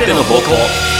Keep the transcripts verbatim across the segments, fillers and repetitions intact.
っての方向。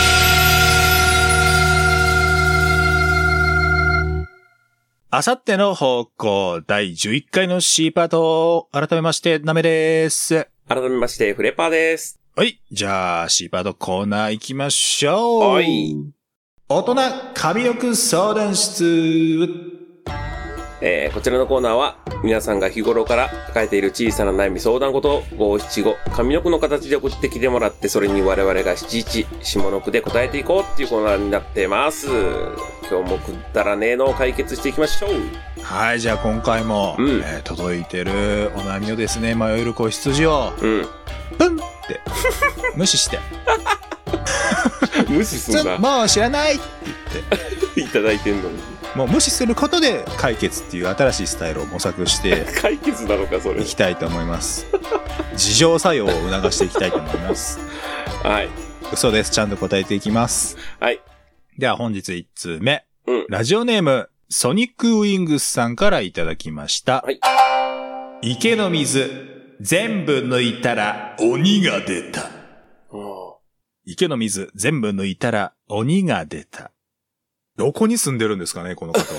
あさっての方向だいじゅういっかいの C パート。改めましてなめです。 改めましてフレパーです。 はい、じゃあ C パートコーナー行きましょう。 はい。 大人神欲相談室。 えー、こちらのコーナーは皆さんが日頃から抱えている小さな悩み相談事を五七五上の句の形で送ってきてもらって、それに我々が七一下の句で答えていこうっていうコーナーになってます。今日もくだらねえのを解決していきましょう。 はい、じゃあ今回も、うんえー、届いてるお悩みをですね、迷える子羊を、うん、プンって無視して無視すんだ。 もう知らないって言っていただいてんのに、 もう無視することで解決っていう新しいスタイルを模索して解決なのかそれ。いきたいと思います。自浄作用を促していきたいと思います。 はい。 嘘です。ちゃんと答えていきます。 はい。 では本日いち通目、 うん、 ラジオネームソニックウィングスさんからいただきました。はい。池の水全部抜いたら鬼が出た。池の水全部抜いたら鬼が出た。どこに住んでるんですかね、この方は。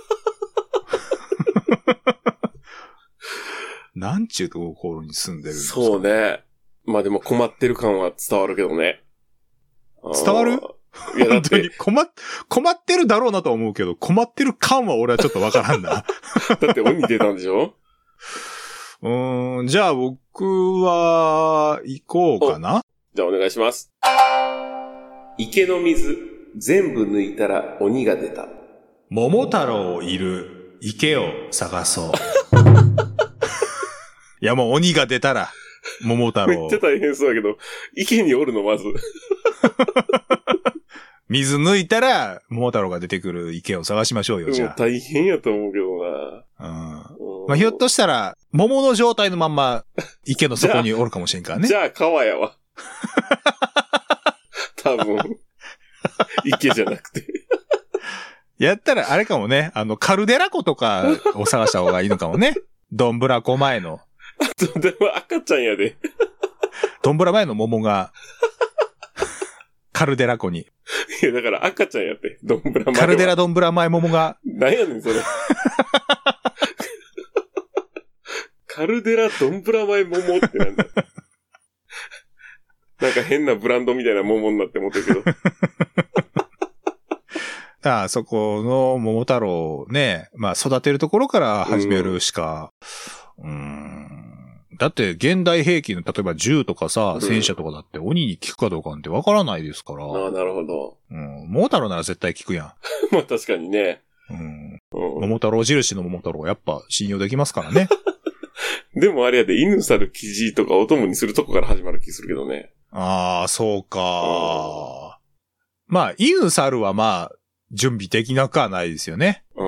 なんちゅうところに住んでるんですか。 そうね。まあでも困ってる感は伝わるけどね。 伝わる？いや、本当に困っ、困ってるだろうなとは思うけど、困ってる感は俺はちょっとわからんな。 だって鬼出たんでしょ？ うーん、じゃあ僕は、行こうかな。 じゃあお願いします。池の水、全部抜いたら鬼が出た。 桃太郎いる池を探そう。いやもう鬼が出たら、桃太郎。 めっちゃ大変そうだけど、池におるのまず。 水抜いたら、桃太郎が出てくる池を探しましょうよ、じゃあ。 もう大変やと思うけどな。 うん。まあ、ひょっとしたら、桃の状態のまんま、池の底におるかもしれんからね。 じゃあ、川やわ。多分。池じゃなくて。 やったら、あれかもね、あの、カルデラ湖とかを探した方がいいのかもね。どんぶら湖前の。 でも赤ちゃんやで。 どんぶら前の桃が、カルデラ湖に。 いや、だから赤ちゃんやって。どんぶら前。 カルデラどんぶら前桃が。 なんやねん、それ。カルデラどんぶら前桃ってなんだ。なんか変なブランドみたいな桃になって思ってるけど。 ああ、そこの桃太郎ね、まあ育てるところから始めるしか、うーん。だって現代兵器の例えば銃とかさ、戦車とかだって鬼に効くかどうかなんてわからないですから。 ああ、なるほど。 うん。桃太郎なら絶対効くやん。 まあ確かにね。 うん。うん、桃太郎印の桃太郎はやっぱ信用できますからね。 でもあれやで、犬猿キジとかお供にするとこから始まる気するけどね。 ああ、そうか。まあ、犬猿はまあ、準備できなくはないですよね。 うん。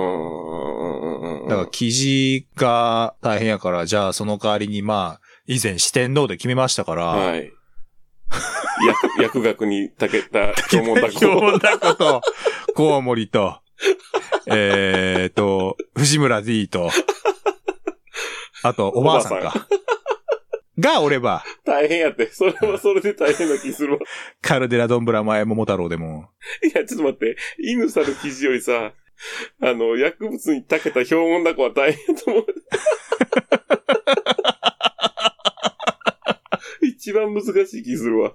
だから、生地が大変やから、じゃあその代わりにまあ、以前四天王で決めましたから。 はい。薬、薬学にたけた、京門だこ。 京門だこと、コウモリと、えーと、藤村 D と、あと、おばあさんか。んがおれば。 大変やって。それはそれで大変な気するわ。 カルデラどんぶら前桃太郎でも。 いや、ちょっと待って。犬猿記事よりさ、あの、薬物に長けた標本だこは大変と思う。一番難しい気するわ。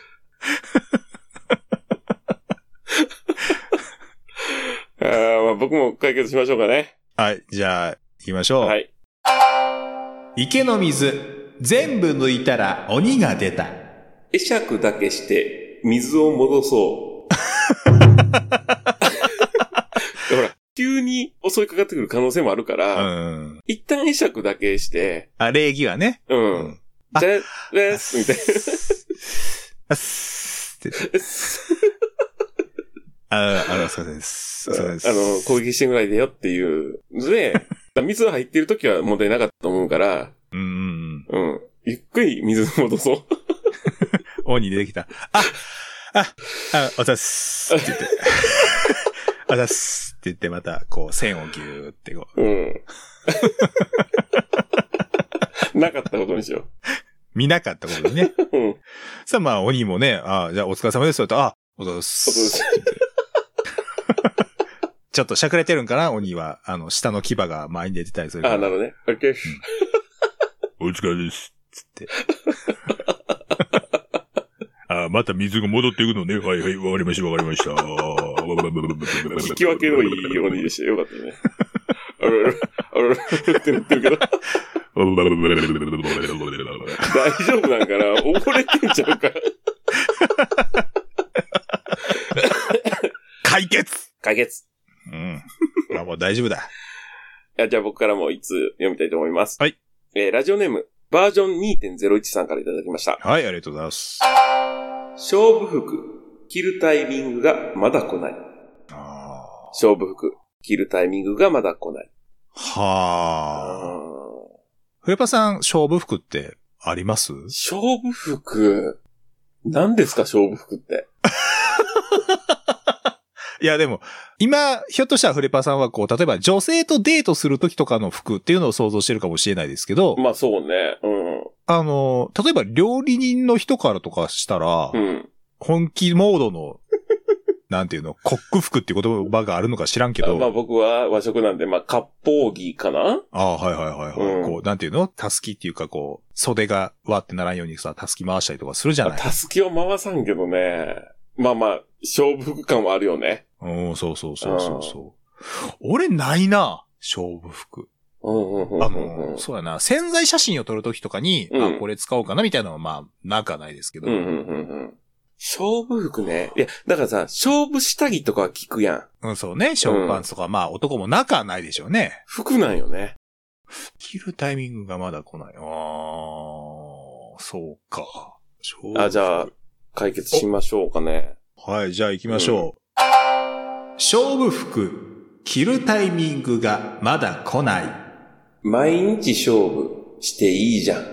あまあ僕も解決しましょうかね。 はい。じゃあ、行きましょう。 はい。 池の水。全部抜いたら鬼が出た。 会釈だけして水を戻そう。ほら、急に襲いかかってくる可能性もあるから、うん、一旦会釈だけして、 あ、礼儀はね。 うん。うん、じゃ、です、みたいな。 あっすって。あ、あの、そうです。そうです。 あの、攻撃してぐらいでよっていうので、水が入ってるときは問題なかったと思うから、 うん。 うん。ゆっくり水戻そう。 鬼出てきた。あ、あ、あ、おざっすって言って。おざっすって言ってまた、こう、線をギューってこう。 うん。なかったことにしよ見なかったことでね。 うん。 さあまあ、鬼もね、あじゃあお疲れ様ですよと、あ、お疲れ様です。ちょっとしゃくれてるんかな、鬼は。あの、下の牙が前に出てたりするから。 あ、なるほどね。オッケー。 お疲れです。つって。あ、また水が戻っていくのね。はいはい、わかりました、わかりました。 引き分けのいい鬼でした。よかったね。あらら、あらら、ってなってるけど。大丈夫なんかな？溺れてんちゃうか。 解決解決。 うん。まあもう大丈夫だ。 いや、じゃあ僕からもいつ読みたいと思います。 はい。 えー、ラジオネーム、バージョン にてんゼロいち さんからいただきました。 はい、ありがとうございます。 勝負服、着るタイミングがまだ来ない。あ勝負服、着るタイミングがまだ来ない。 はあ。フレパさん、勝負服ってあります？ 勝負服、何ですか勝負服って。 いやでも、今、ひょっとしたらフレパさんはこう、例えば女性とデートするときとかの服っていうのを想像してるかもしれないですけど。 まあそうね。うん。 あの、例えば料理人の人からとかしたら、うん、本気モードの、なんていうの、コック服っていう言葉があるのか知らんけど。 まあ僕は和食なんで、まあ割烹着かな？ ああ、はいはいはいはい、うん。こう、なんていうの？たすきっていうかこう、袖がわってならんようにさ、たすき回したりとかするじゃない？ たすきを回さんけどね。まあまあ、勝負服感はあるよね。 うん、そうそうそうそうそう。俺ないな、勝負服。 うんうんうんうん、 あの、そうやな、潜在写真を撮るときとかに、うん、あ、これ使おうかなみたいなのはまあ、なくはないですけど。 うんうんうんうん、勝負服ね。いや、だからさ、勝負下着とかは聞くやん。 うん、そうね。勝負パンツとか、うん、まあ男もなくはないでしょうね。 服なんよね。 着るタイミングがまだ来ない。あー、そうか。 あ、じゃあ、解決しましょうかね。 はい、じゃあ行きましょう。うん、勝負服、着るタイミングがまだ来ない。 毎日勝負していいじゃん。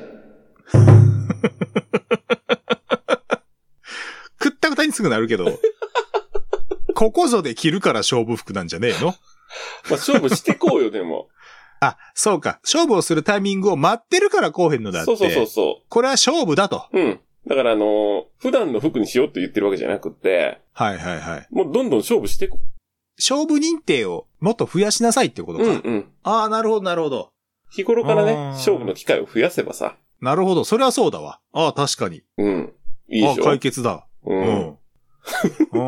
くったくたにすぐなるけど、ここぞで着るから勝負服なんじゃねえの？ まあ勝負してこうよ、でも。 あ、そうか。勝負をするタイミングを待ってるからこうへんのだって。 そうそうそうそう。 これは勝負だと。 うん。だからあのー、普段の服にしようって言ってるわけじゃなくて。 はいはいはい。 もうどんどん勝負していこう。 勝負認定をもっと増やしなさいってことか。 うんうん。 ああ、なるほどなるほど。 日頃からね、勝負の機会を増やせばさ。 なるほど。それはそうだわ。ああ、確かに。 うん。いいでしょ。 ああ、解決だ。うん。うん。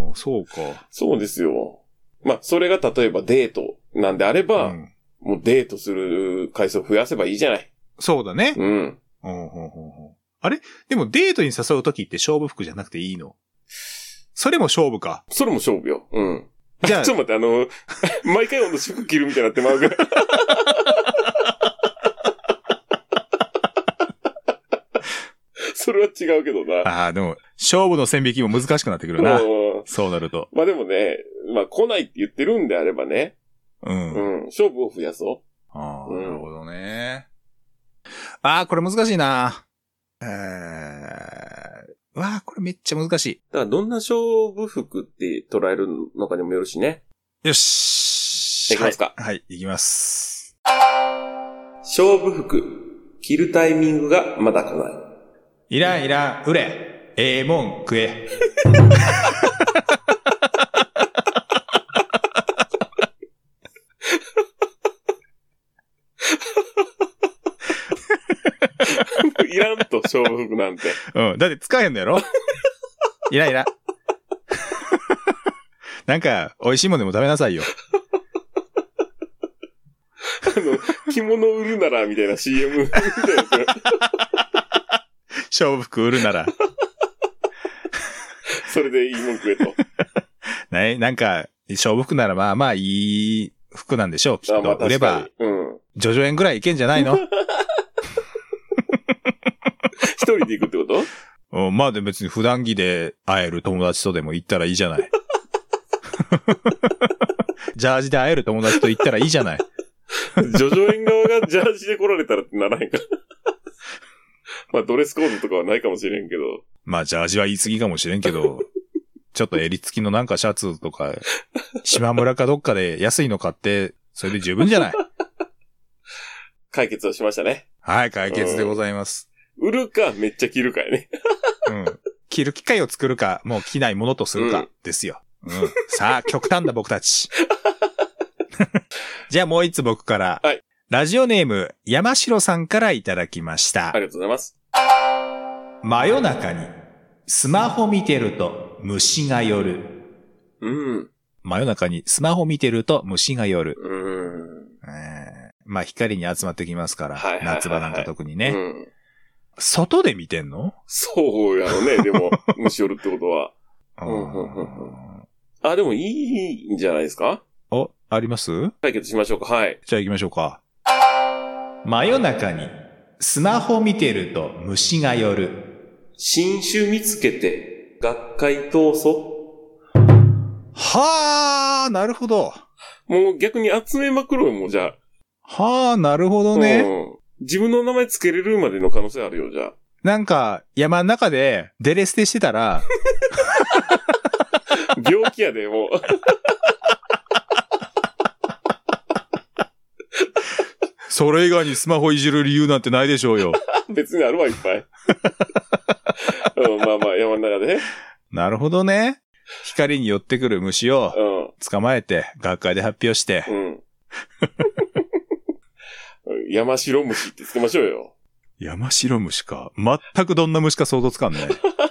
そうか。 そうですよ。まあ、それが例えばデートなんであれば、うん、もうデートする回数を増やせばいいじゃない。 そうだね。 うん。うんほうほうほうあれでもデートに誘うときって勝負服じゃなくていいの？それも勝負か。 それも勝負よ。うん。じゃあ。ちょっと待って、あの、毎回同じ服着るみたいになってまうから。それは違うけどな。 ああ、でも、勝負の線引きも難しくなってくるな。そうなると。 まあでもね、まあ来ないって言ってるんであればね。 うん。 うん。勝負を増やそう。 ああ、うん、なるほどね。ああ、これ難しいな。えー、わあ、これめっちゃ難しい。 だからどんな勝負服って捉えるのかにもよるしね。 よし。 いきますか。 はい、はい、いきます。 勝負服、着るタイミングがまだ来ない。 いらんいらん、売れ。ええもん食え。 いらんと、勝負服なんて。 うん。だって使えへんのやろ？いらんいらん。なんか、美味しいもんでも食べなさいよ。 あの、着物売るなら、みたいな シーエム みたいな。 勝負服売るなら。 それでいいもん食えと。 ね、なんか、勝負服ならまあまあいい服なんでしょう。きっと。まあ、売れば、うん。ジョジョ円ぐらいいけんじゃないの？ 一人で行くってこと？ うん、まあで別に普段着で会える友達とでも行ったらいいじゃない。ジャージで会える友達と行ったらいいじゃない。 ジョジョ園側がジャージで来られたらってならへんか。まあドレスコードとかはないかもしれんけど。 まあジャージは言い過ぎかもしれんけど、ちょっと襟付きのなんかシャツとか、島村かどっかで安いの買って、それで十分じゃない。 解決をしましたね。 はい、解決でございます。 売るか、めっちゃ着るかやね。 うん。着る機会を作るか、もう着ないものとするか、ですよ。うん。さあ、極端な僕たち。じゃあもう一つ僕から。 はい。 ラジオネーム、山城さんからいただきました。 ありがとうございます。 真夜中に、スマホ見てると虫が寄る。 うん。 真夜中にスマホ見てると虫が寄る。 うん。 えー、まあ光に集まってきますから、 はいはいはいはい、 夏場なんか特にね。 うん。 外で見てんの？ そうやろね、でも、虫寄るってことは。うんうんうんうん、あ、でもいいんじゃないですか？ お、あります？ 解決しましょうか。はい。 じゃあ行きましょうか。真夜中にスマホ見てると虫が寄る。 新種見つけて学会闘争。 はあ、なるほど。 もう逆に集めまくろうよ、もうじゃあ。 はあ、なるほどね。 うん。自分の名前つけれるまでの可能性あるよ、じゃあ。 なんか、山の中でデレステしてたら。 病気やで、もう。 それ以外にスマホいじる理由なんてないでしょうよ。 別にあるわ、いっぱい。うん、まあまあ、山の中でね。なるほどね。光に寄ってくる虫を捕まえて、学会で発表して。うん。 山城虫ってつけましょうよ。 山城虫か。全くどんな虫か想像つかんね。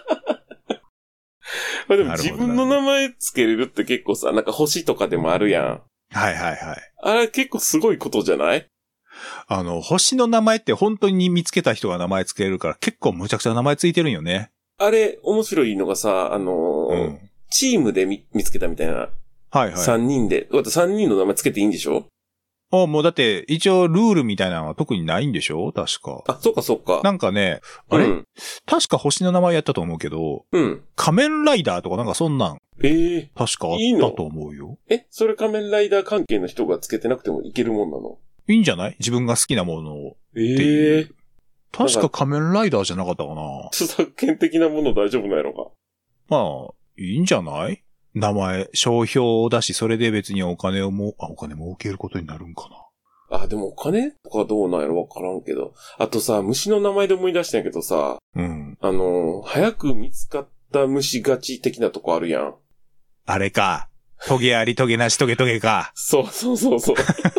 まあでも自分の名前つけれるって結構さ、なんか星とかでもあるやん。 はいはいはい。 あれ結構すごいことじゃない？ あの、星の名前って本当に見つけた人が名前つけれるから結構むちゃくちゃ名前ついてるんよね。 あれ、面白いのがさ、あのーうん、チームで 見, 見つけたみたいな。はいはい。さんにんで。だってさんにんの名前つけていいんでしょ？ あ、もうだって一応ルールみたいなのは特にないんでしょ？確か。 あ、そっかそっか。 なんかね、あれ、うん、確か星の名前やったと思うけど、うん。仮面ライダーとかなんかそんなん。ええー。確かあったと思うよ。 いいえ、それ仮面ライダー関係の人がつけてなくてもいけるもんなの？ いいんじゃない？自分が好きなものを。ええー。確か仮面ライダーじゃなかったかな。 著作権的なもの大丈夫ないのか。 まあ、いいんじゃない？名前、商標だし、それで別にお金をも、あ、お金儲けることになるんかな。 あ、でもお金とかどうなんやろわからんけど。あとさ、虫の名前で思い出したんやけどさ、うん。あの、早く見つかった虫勝ち的なとこあるやん。 あれか。トゲありトゲなしトゲトゲか。 そうそうそうそう。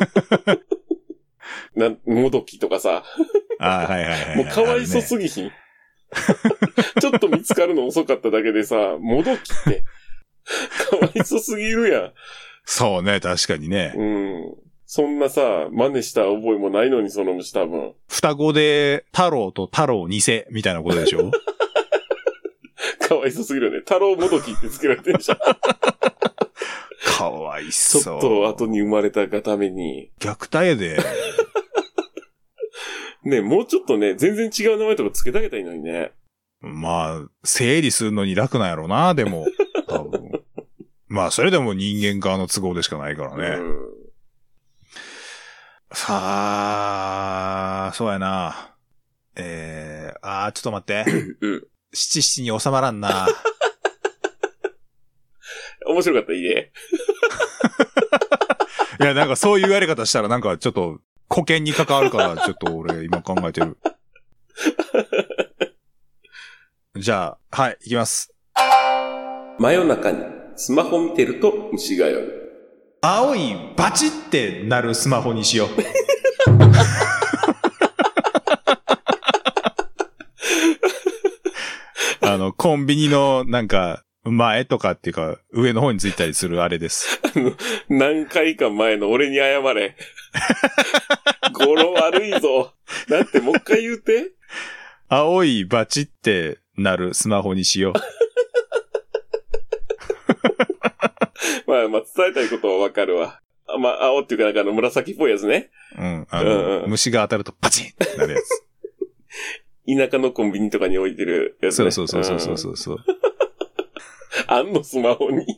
な、もどきとかさ。 あ、はいはいはい、はい。 もうかわいそすぎひん。ね、ちょっと見つかるの遅かっただけでさ、もどきって、かわいそすぎるやん。 そうね、確かにね。 うん。そんなさ、真似した覚えもないのに、その虫多分。 双子で、太郎と太郎偽みたいなことでしょ？ かわいそすぎるよね。太郎もどきってつけられてるじゃん。 かわいそう。 ちょっと後に生まれたがために。 虐待やで。 ね、もうちょっとね、全然違う名前とかつけてあげたらいいのにね。 まあ、整理するのに楽なんやろな、でも。多分。まあ、それでも人間側の都合でしかないからね。うん、さあ、そうやな。えー、あー、ちょっと待って。うん。七七に収まらんな。 面白かった、いいね。 いや、なんかそういうやり方したらなんかちょっと、保険に関わるから、ちょっと俺今考えてる。じゃあ、はい、いきます。 真夜中にスマホ見てると虫が寄る。 青いバチってなるスマホにしよう。あの、コンビニのなんか、前とかっていうか、上の方についたりするあれです。 あの、何回か前の俺に謝れ。語呂悪いぞ。だってもう一回言うて。 青いバチってなるスマホにしよう。 まあまあ伝えたいことはわかるわ。まあ青っていうかなんかあの紫っぽいやつね。 うん。あの、うんうん、虫が当たるとパチンってなるやつ。 田舎のコンビニとかに置いてるやつね。 そうそうそうそうそうそう。 あんのスマホに。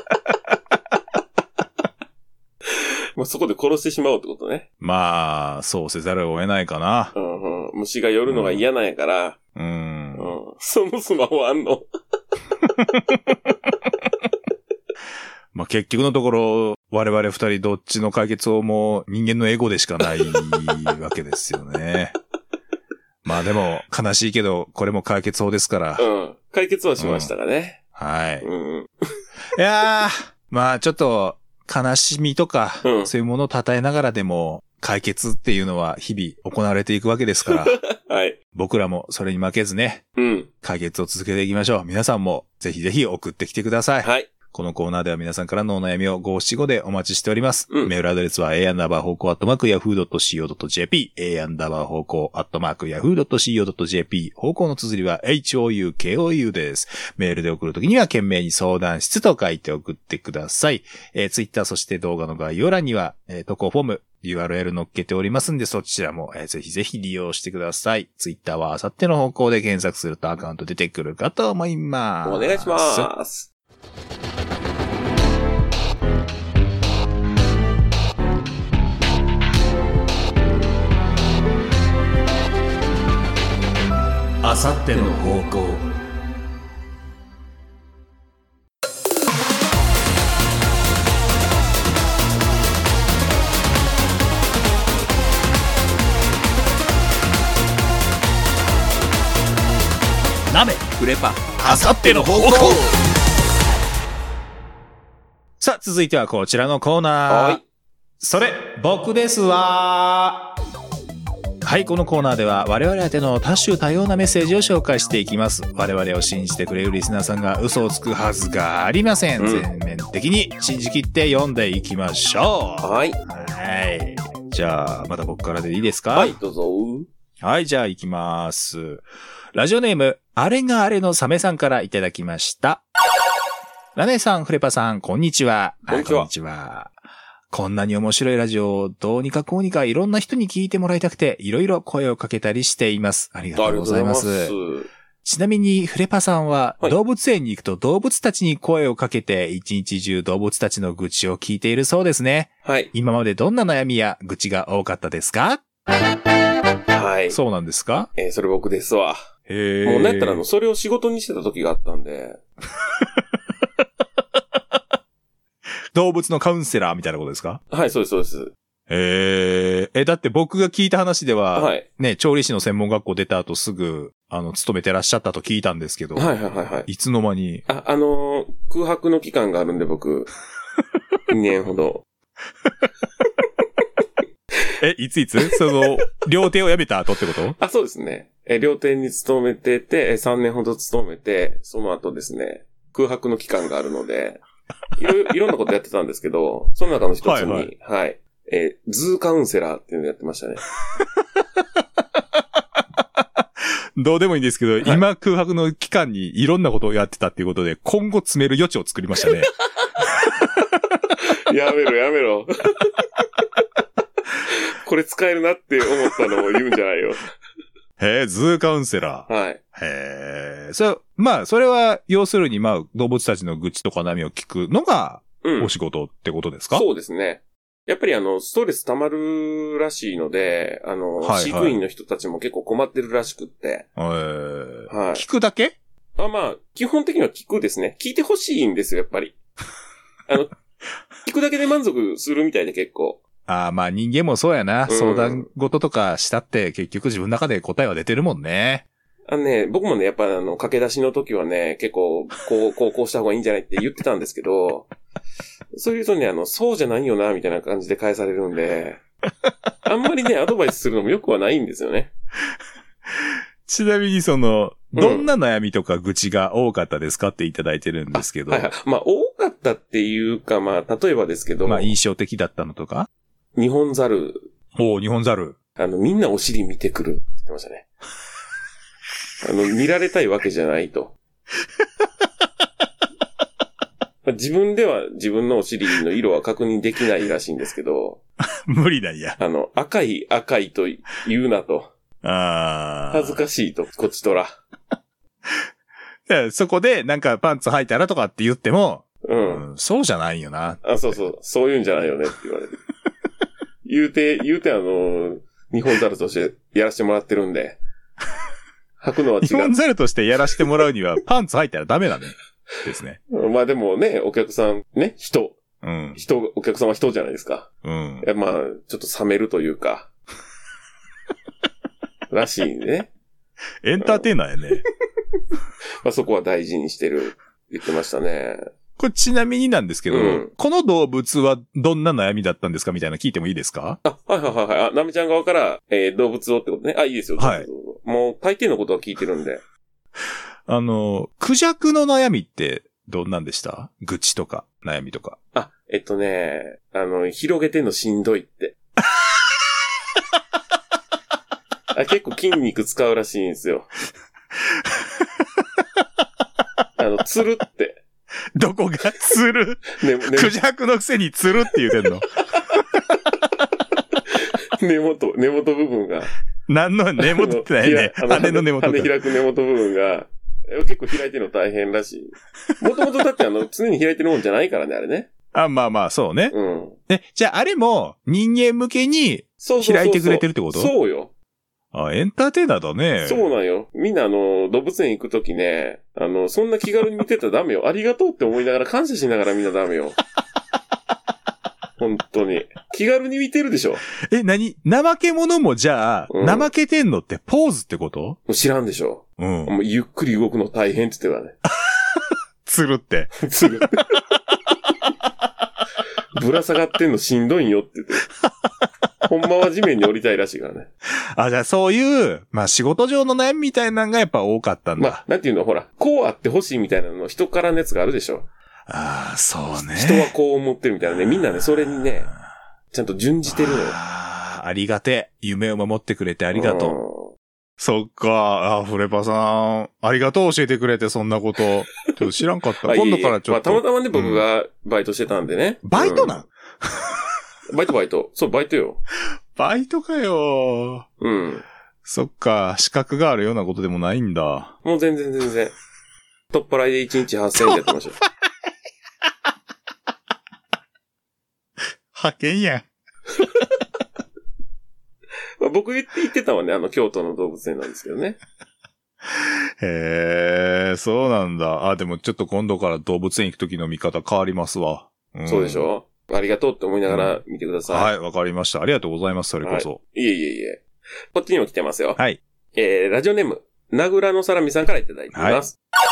まあそこで殺してしまおうってことね。 まあ、そうせざるを得ないかな。 うんうん、虫が寄るのが嫌なんやから。うん。うん、そのスマホあんのまあ結局のところ、我々二人どっちの解決をも人間のエゴでしかないわけですよね。 まあでも、悲しいけど、これも解決法ですから。 うん。解決はしましたがね。 うん、はい。 うん、 いやー、まあちょっと、悲しみとか、うん、そういうものを称えながらでも、解決っていうのは日々行われていくわけですから。 はい。 僕らもそれに負けずね。 うん。 解決を続けていきましょう。皆さんもぜひぜひ送ってきてください。 はい。 このコーナーでは皆さんからのお悩みをごしごでお待ちしております。 うん、 メールアドレスは a アンダーバー方向アットマークヤフードットシーオードットジェーピー a アンダーバー方向アットマークヤフードットシーオードットジェーピー 方向の綴りは エイチオーユーケーオーユー です。メールで送るときには懸命に相談室と書いて送ってください。えー、ツイッターそして動画の概要欄には、えー、投稿フォームユーアールエル 載っけておりますんで、そちらも、えー、ぜひぜひ利用してください。ツイッターはあさっての方向で検索するとアカウント出てくるかと思います。 お願いします。 あさっての方向。なめフレパあさっての方向。さあ続いてはこちらのコーナー。はい。それ僕ですわ。はい、このコーナーでは我々宛ての多種多様なメッセージを紹介していきます。我々を信じてくれるリスナーさんが嘘をつくはずがありません。うん、全面的に信じ切って読んでいきましょう。 はい。 はい。じゃあ、また僕からでいいですか？ はい、どうぞ。 はい、じゃあ行きます。ラジオネーム、あれがあれのサメさんからいただきました。ラネさん、フレパさん、こんにちは。 こんにちは。 こんにちは。こんなに面白いラジオをどうにかこうにかいろんな人に聞いてもらいたくていろいろ声をかけたりしています。ありがとうございます。 ありがとうございます。 ちなみにフレパさんは動物園に行くと動物たちに声をかけて一日中動物たちの愚痴を聞いているそうですね。 はい。 今までどんな悩みや愚痴が多かったですか？ はい。 そうなんですか？ えー、それ僕ですわ。 へー。 もうなんやったらあの、それを仕事にしてた時があったんで。 動物のカウンセラーみたいなことですか？ はい、そうです、そうです。 えー、え、だって僕が聞いた話では、 はい、 ね、調理師の専門学校出た後すぐ、あの、勤めてらっしゃったと聞いたんですけど。 はいはいはいはい。 いつの間に。 あ、あのー、空白の期間があるんで僕、にねんほど。 え、いついつその、料亭を辞めた後ってこと？ あ、そうですね。え、料亭に勤めてて、さんねんほど勤めて、その後ですね、空白の期間があるので、いろいろ、いろんなことやってたんですけど、その中の一つに、はい、はい、はい。えー、ズーカウンセラーっていうのやってましたね。 どうでもいいんですけど、はい、今空白の期間にいろんなことをやってたっていうことで、今後詰める余地を作りましたね。 やめろやめろ。これ使えるなって思ったのを言うんじゃないよ。 へえ、ズーカウンセラー。はい。 へえ、それ、まあ、それは、要するに、まあ、動物たちの愚痴とか悩みを聞くのが、お仕事ってことですか？ うん、そうですね。やっぱりあの、ストレス溜まるらしいので、あの、はいはい、飼育員の人たちも結構困ってるらしくって。 えー、はい。聞くだけ？ あ、まあ、基本的には聞くですね。聞いてほしいんですよ、やっぱり。あの、聞くだけで満足するみたいで結構。 ああ、まあ人間もそうやな、うん。相談事とかしたって結局自分の中で答えは出てるもんね。 あのね、僕もね、やっぱあの、駆け出しの時はね、結構、こう、こう、こうした方がいいんじゃないって言ってたんですけど、そういうとね、あの、そうじゃないよな、みたいな感じで返されるんで、あんまりね、アドバイスするのもよくはないんですよね。 ちなみにその、どんな悩みとか愚痴が多かったですかっていただいてるんですけど。 はいはい。まあ、多かったっていうか、まあ、例えばですけど。 まあ、印象的だったのとか？ 日本猿。 おう、日本猿。 あの、みんなお尻見てくるって言ってましたね。あの、見られたいわけじゃないと。自分では自分のお尻の色は確認できないらしいんですけど。 無理なんや。 あの、赤い赤いと言うなと。 ああ。 恥ずかしいと、こっちとら。 そこでなんかパンツ履いたらとかって言っても、 うん、 うん、そうじゃないよな。 あ、そうそう。そういうんじゃないよねって言われる。言うて、言うてあの、日本猿としてやらせてもらってるんで。履くのは違う。 日本猿としてやらせてもらうにはパンツ履いたらダメなんですね。 まあでもね、お客さん、ね、人。 うん。 人、お客さんは人じゃないですか。 うん。 まあ、ちょっと冷めるというか。らしいね。 エンターテイナーやね。 まあそこは大事にしてる、言ってましたね。 これちなみになんですけど、 うん、 この動物はどんな悩みだったんですかみたいな聞いてもいいですか？ あ、はいはいはいはい。あ、なめちゃん側から、えー、動物をってことね。あ、いいですよ。 はい。 もう大抵のことは聞いてるんで。 あの、クジャクの悩みってどんなんでした？愚痴とか悩みとか。 あ、えっとね、あの、広げてんのしんどいって。あ、結構筋肉使うらしいんですよ。あの、つるって。 どこがつる、ねね、クジャクのくせにつるって言うてんの。 根元、根元部分が。 何の根元ってないね。羽の根元が。 羽開く根元部分が、結構開いてるの大変らしい。もともとだってあの、常に開いてるもんじゃないからね、あれね。 あ、まあまあ、そうね。 うん。 え、じゃああれも人間向けに開いてくれてるってこと？ そうそうそうそうよ。 あ、エンターテイナーだね。 そうなんよ。みんなあの、動物園行くときね、あの、そんな気軽に見てたらダメよ。ありがとうって思いながら感謝しながらみんなダメよ。本当に。気軽に見てるでしょ。 え、何？怠け者もじゃあ、うん、怠けてんのってポーズってこと？ 知らんでしょ。 うん。 もうゆっくり動くの大変って言ってたね。 つるって。 つる。ぶら下がってんのしんどいんよって言って。ほんまは地面に降りたいらしいからね。 あ、じゃあそういう、まあ仕事上の悩みみたいなのがやっぱ多かったんだ。 まあ、なんていうの、ほら、こうあってほしいみたいなの人からのやつがあるでしょ。 ああ、そうね。 人はこう思ってるみたいなね。みんなね、それにね、ちゃんと準じてるのよ。 ああ、ありがて。夢を守ってくれてありがとう。うそっか。あ、フレパさん。ありがとう教えてくれて、そんなこと。ちょっと知らんかった。今度からちょっと。 まあ、たまたまね、僕がバイトしてたんでね。 バイトなん、 うん、バイトバイト。そう、バイトよ。 バイトかよ。 うん。 そっか。資格があるようなことでもないんだ。 もう全然全然。取っ払いでいちにちはっせんえんでやってました。 派遣やん。 まあ、僕言って言ってたのはね、あの、京都の動物園なんですけどね。 へえ、そうなんだ。あ、でもちょっと今度から動物園行くときの見方変わりますわ。 うん、そうでしょ？ありがとうって思いながら見てください。 うん、はい、わかりました。ありがとうございます、それこそ。 はい、いえいえいえ。こっちにも来てますよ。 はい。 えー、ラジオネーム、名倉のサラミさんからいただいています。はい、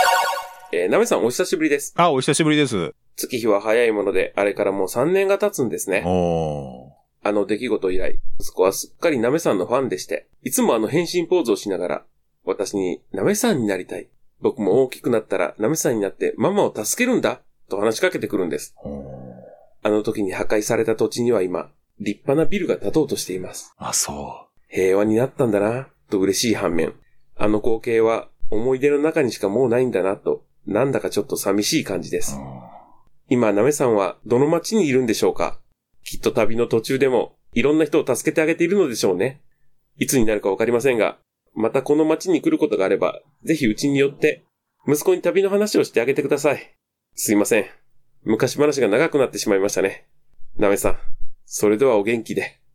えー、なめさんお久しぶりです。 あ、お久しぶりです。 月日は早いもので、あれからもうさんねんが経つんですね。 おー。 あの出来事以来、息子はすっかりなめさんのファンでして、いつもあの変身ポーズをしながら、私になめさんになりたい。僕も大きくなったらなめさんになってママを助けるんだ、と話しかけてくるんです。あの時に破壊された土地には今、立派なビルが建とうとしています。 あ、そう。 平和になったんだな、と嬉しい反面、あの光景は思い出の中にしかもうないんだな、と、なんだかちょっと寂しい感じです。今、なめさんはどの町にいるんでしょうか？きっと旅の途中でもいろんな人を助けてあげているのでしょうね。いつになるかわかりませんが、またこの町に来ることがあれば、ぜひうちに寄って、息子に旅の話をしてあげてください。すいません。昔話が長くなってしまいましたね。なめさん、それではお元気で。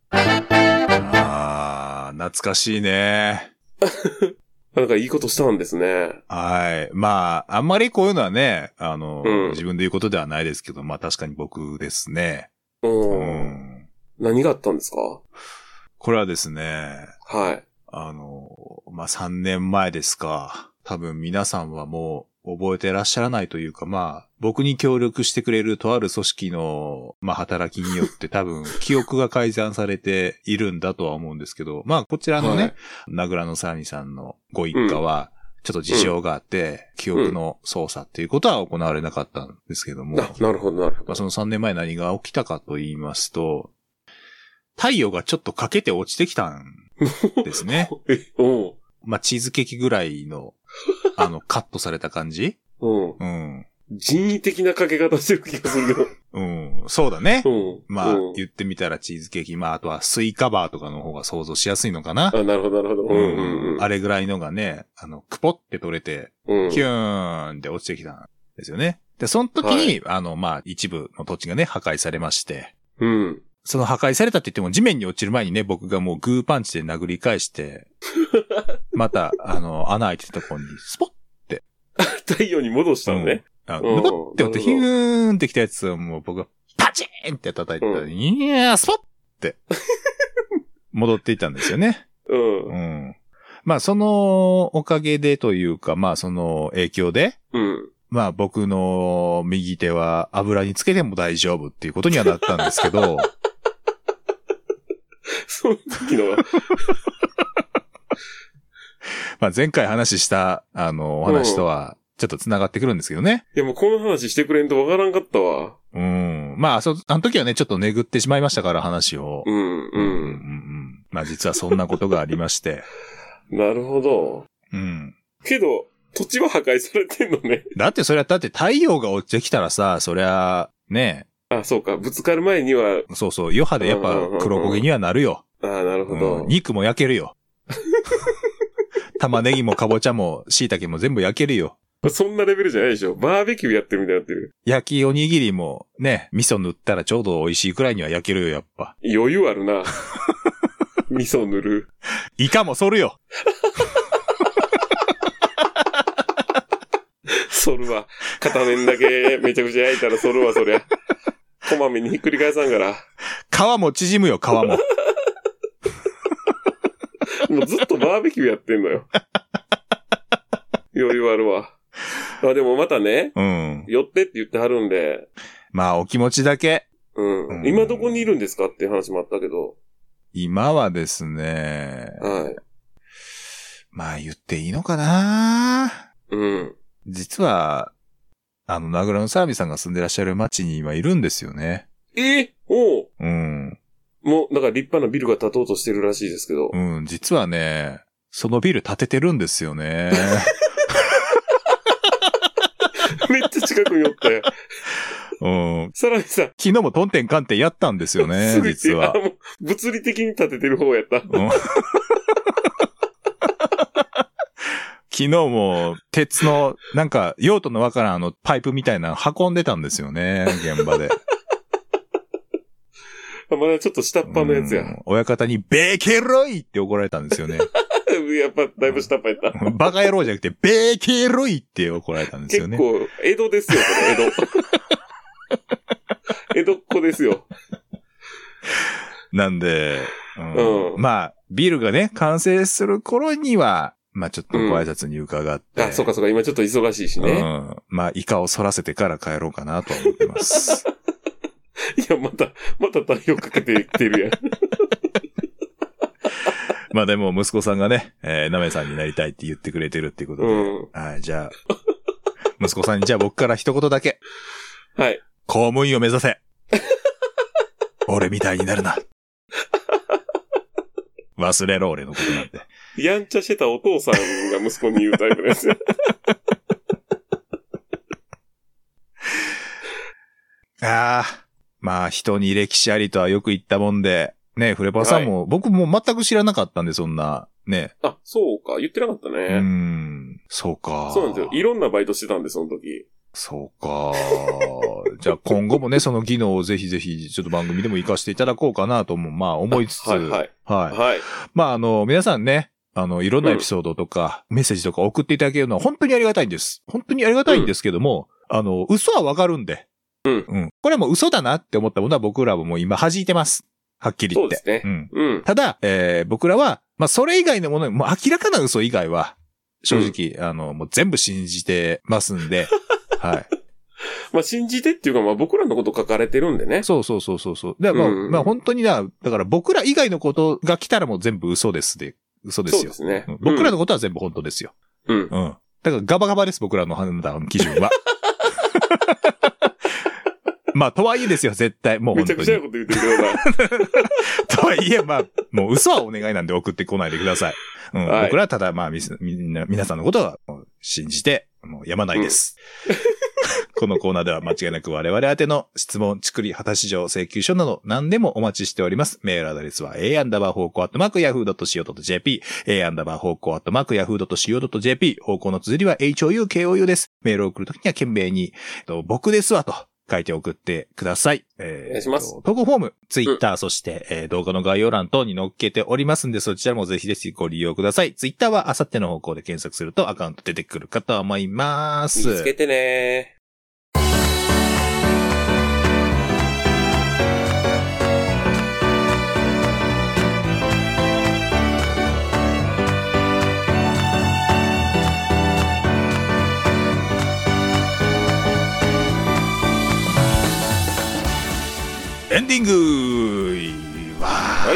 あー、懐かしいね。 なんかいいことしたんですね。 はい。まあ、あんまりこういうのはね、あの、 うん、 自分で言うことではないですけど、まあ確かに僕ですね。 うん。何があったんですか？ これはですね。 はい。 あの、まあさんねんまえですか。多分皆さんはもう覚えてらっしゃらないというか、まあ、僕に協力してくれるとある組織の、まあ働きによって多分記憶が改ざんされているんだとは思うんですけど、まあこちらのね、はい、名倉のサーニさんのご一家は、ちょっと事情があって、うん、記憶の操作っていうことは行われなかったんですけども。 な, なるほど、なるほど。 まあそのさんねんまえ何が起きたかと言いますと、太陽がちょっと欠けて落ちてきたんですね。 え、おまあチーズケーキぐらいの、あの、カットされた感じ？ うん。 うん。 人為的なかけ方してる気がするけど。 うん。そうだね。 うん。 まあ、 うん、 言ってみたらチーズケーキ、まあ、あとはスイカバーとかの方が想像しやすいのかな。 あ、なるほど、なるほど。うんうんうん。 あれぐらいのがね、あの、クポって取れて、 うん、 ヒューンって落ちてきたんですよね。で、その時に、はい、あの、まあ、一部の土地がね、破壊されまして。 うん。 その破壊されたって言っても地面に落ちる前にね、僕がもうグーパンチで殴り返して、また、あの、穴開いてたところに、スポッって。 太陽に戻したのね。 うん。あぬぼって折ってヒューンってきたやつをもう僕がパチーンって叩いてたら、うん、いやー、スポッって戻っていったんですよね。 うん。 うん。 まあそのおかげでというか、まあその影響で、 うん。 まあ僕の右手は油につけても大丈夫っていうことにはなったんですけど、 その時のはまあ前回話したあのお話とはちょっと繋がってくるんですけどね。 いやもうこの話してくれんとわからんかったわ。 うん。まあそ、あの時はね、ちょっとねぐってしまいましたから話を。 うん、うん、うん。うんうんまあ実はそんなことがありまして。 なるほど。 うん。 けど、土地は破壊されてんのね。 だってそれは、だって太陽が落ちてきたらさ、そりゃ、ね。 あ、そうか。ぶつかる前には。 そうそう。余波でやっぱ黒焦げにはなるよ。 ああ、なるほど、 うん。肉も焼けるよ。玉ねぎもかぼちゃも椎茸も全部焼けるよ。 そんなレベルじゃないでしょ。バーベキューやってるみたいになってる。 焼きおにぎりもね、味噌塗ったらちょうど美味しいくらいには焼けるよ、やっぱ。 余裕あるな。味噌塗る。 イカも剃るよ。 剃るわ。片面だけめちゃくちゃ焼いたら剃るわ、そりゃ。こまめにひっくり返さんから。 皮も縮むよ、皮も。 もうずっとバーベキューやってんのよ。余裕あるわ。あ、でもまたね。 うん。 寄ってって言ってはるんで。 まあ、お気持ちだけ。 うん。うん、今どこにいるんですかっていう話もあったけど。 今はですね。 はい。 まあ、言っていいのかな？ うん。 実は、あの、名倉のサービスさんが住んでらっしゃる町に今いるんですよね。 えー、おう。 うん。 もう、だから立派なビルが建とうとしてるらしいですけど。 うん、実はね、そのビル建ててるんですよね。 めっちゃ近くにおったよ。 うん。 さらにさ、 昨日もトンテンカンテンやったんですよね、実は。 もう物理的に建ててる方やった。うん昨日も鉄のなんか用途のわからんあのパイプみたいなの運んでたんですよね、現場で。 まだちょっと下っ端のやつや。 親方にベーケロイって怒られたんですよね。 やっぱだいぶ下っ端やった。 バカ野郎じゃなくてベーケロイって怒られたんですよね。 結構江戸ですよ、これ江戸。江戸っ子ですよ。 なんで、 うんうん、まあビルがね完成する頃には。まあちょっとご挨拶に伺って。 うん、あ、そうかそうか、今ちょっと忙しいしね。 うん。まあイカを反らせてから帰ろうかなと思ってます。 いや、また、また太陽かけてきてるやん。 まあでも息子さんがね、えー、なめさんになりたいって言ってくれてるっていうことで。うん、はい、じゃあ、息子さんにじゃあ僕から一言だけ。 はい。 公務員を目指せ。俺みたいになるな。忘れろ、俺のことなんて。 やんちゃしてたお父さんが息子に言うタイプですよ。 ああ、まあ人に歴史ありとはよく言ったもんで、ね、フレパさんも、はい、僕も全く知らなかったんで、そんな、ね。 あ、そうか、言ってなかったね。 うーん、そうか。 そうなんですよ。いろんなバイトしてたんで、その時。 そうか。じゃあ今後もね、その技能をぜひぜひ、ちょっと番組でも活かしていただこうかなとも、まあ思いつつ。 はい、はい。 はい。 はい。 まああの、皆さんね、あの、いろんなエピソードとか、うん、メッセージとか送っていただけるのは本当にありがたいんです。本当にありがたいんですけども、うん、あの、嘘はわかるんで。 うん。 うん。これはもう嘘だなって思ったものは僕らはもう今弾いてます。はっきり言って。 そうですね。うん。うん。 ただ、えー、僕らは、まあそれ以外のもの、もう明らかな嘘以外は、正直、うん、あの、もう全部信じてますんで、はい。 まあ信じてっていうか、まあ僕らのこと書かれてるんでね。 そうそうそうそうそう。だからまあ、うん、まあ本当にな、だから僕ら以外のことが来たらもう全部嘘ですで、嘘ですよ。 そうですね。 うん、僕らのことは全部本当ですよ。 うん。 うん。だからガバガバです、僕らの判断基準は。まあ、とはいえですよ、絶対。もう本当に。 めちゃくちゃなこと言ってるけどな。 とはいえ、まあ、もう嘘はお願いなんで送ってこないでください。うん。はい、僕らはただ、まあ、みんな、皆さんのことは信じて、もうやまないです。うんこのコーナーでは間違いなく我々宛ての質問、ちくり、果たし状、請求書など何でもお待ちしております。メールアドレスは a アンダーバー方向アットマークヤフードットシーオードットジェーピー、a アンダーバー方向アットマークヤフードットシーオードットジェーピー、方向の綴りは エイチオーユーケーオーユー です。メールを送るときには懸命に、僕ですわと書いて送ってください。 えー、お願いします。 投稿フォーム、ツイッター、そして、えー、動画の概要欄等に載っけておりますんで、そちらもぜひぜひご利用ください。ツイッターはあさっての方向で検索するとアカウント出てくるかと思います。 見つけてねー。 エンディングわはい。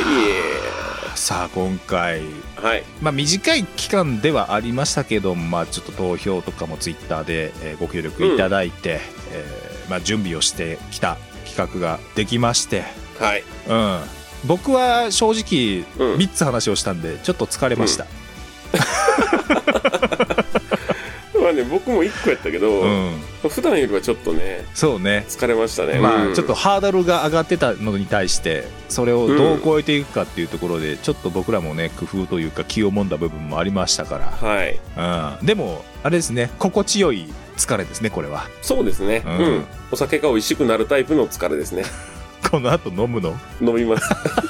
さあ今回、 はい、 まあ短い期間ではありましたけど、まあちょっと投票とかもツイッターで、えー、ご協力いただいて、うん、えー、まあ準備をしてきた企画ができまして、 はい、 うん、僕は正直みっつ話をしたんでちょっと疲れました。 うん、まあね、僕もいっこやったけど、うん、普段よりはちょっとね、 そうね、 疲れましたね。 まあ、うん、ちょっとハードルが上がってたのに対してそれをどう超えていくかっていうところで、うん、ちょっと僕らもね工夫というか気をもんだ部分もありましたから、 はい、 うん、でもあれですね、心地よい疲れですねこれは。 そうですね、うんうん、お酒が美味しくなるタイプの疲れですね。 この後飲むの？ 飲みます。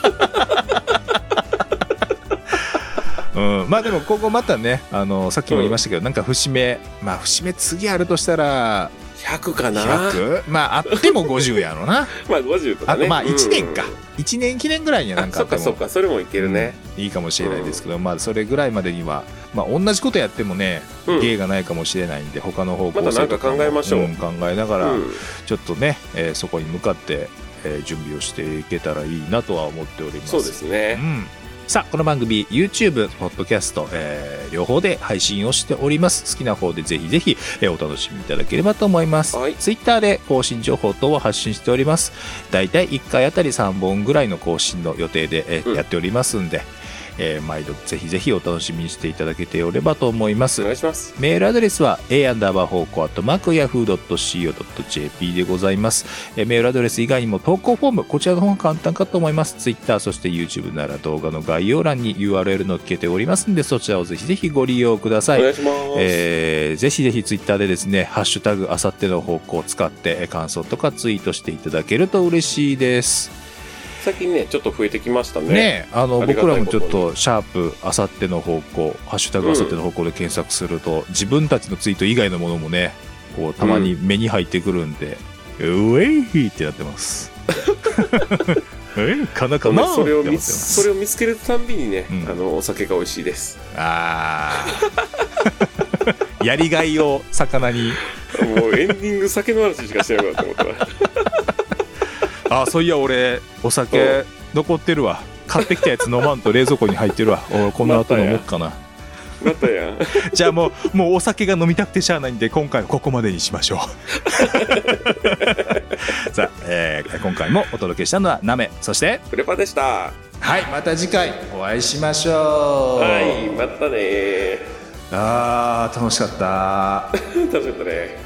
うん、まあでもここまたね、あのさっきも言いましたけど、うん、なんか節目、まあ節目次あるとしたらひゃくかな。 ひゃく？まああってもごじゅうやろな。 まあごじゅうとかね。 あとまあいちねんか、うん、いちねん記念ぐらいにはなんかあっても、 そっかそっか、それもいけるね、 うん、いいかもしれないですけど、うん、まあそれぐらいまでにはまあ同じことやってもね、うん、芸がないかもしれないんで他の方向性とかも、 またなんか考えましょう、 うん、考えながら、うん、ちょっとね、えー、そこに向かってえー、準備をしていけたらいいなとは思っております。 そうですね、 うん、さあこの番組 YouTube、ポッドキャスト、えー、両方で配信をしております。好きな方でぜひぜひ、えー、お楽しみいただければと思います、はい、Twitter で更新情報等を発信しております。だいたいいっかいあたりさんぼんぐらいの更新の予定で、えーうん、やっておりますんで、えー、毎度ぜひぜひお楽しみにしていただけておればと思います。 お願いします。 メールアドレスは a アンダーバー方向アットマークヤフードットシーオードットジェーピー でございます。えー、メールアドレス以外にも投稿フォーム、こちらの方が簡単かと思います。Twitter そして YouTube なら動画の概要欄に ユーアールエル 載っけておりますので、そちらをぜひぜひご利用ください。 お願いします。 えー、ぜひぜひ Twitter でですね、ハッシュタグあさっての方向を使って感想とかツイートしていただけると嬉しいです。 最近ねちょっと増えてきましたね。 ね、あの僕らもちょっとシャープあさっての方向、ハッシュタグあさっての方向で検索すると、うん、自分たちのツイート以外のものもね、こうたまに目に入ってくるんで、うん、ウェイってなってます。えかなかなそれを見それを見つけるたんびにね、うん、あのお酒が美味しいです。 ああ。やりがいを魚に。 もうエンディング酒の話しかしてなかったと思ったら。 あ、そういや俺お酒残ってるわ。買ってきたやつ飲まんと冷蔵庫に入ってるわ。おこの後飲もうかな。 またやん。 じゃあもうもうお酒が飲みたくてしゃあないんで今回はここまでにしましょう。さあ、えー、今回もお届けしたのはなめ、そしてフレパでした。 はい、また次回お会いしましょう。 はい、またね。 あー楽しかった。 楽しかったね。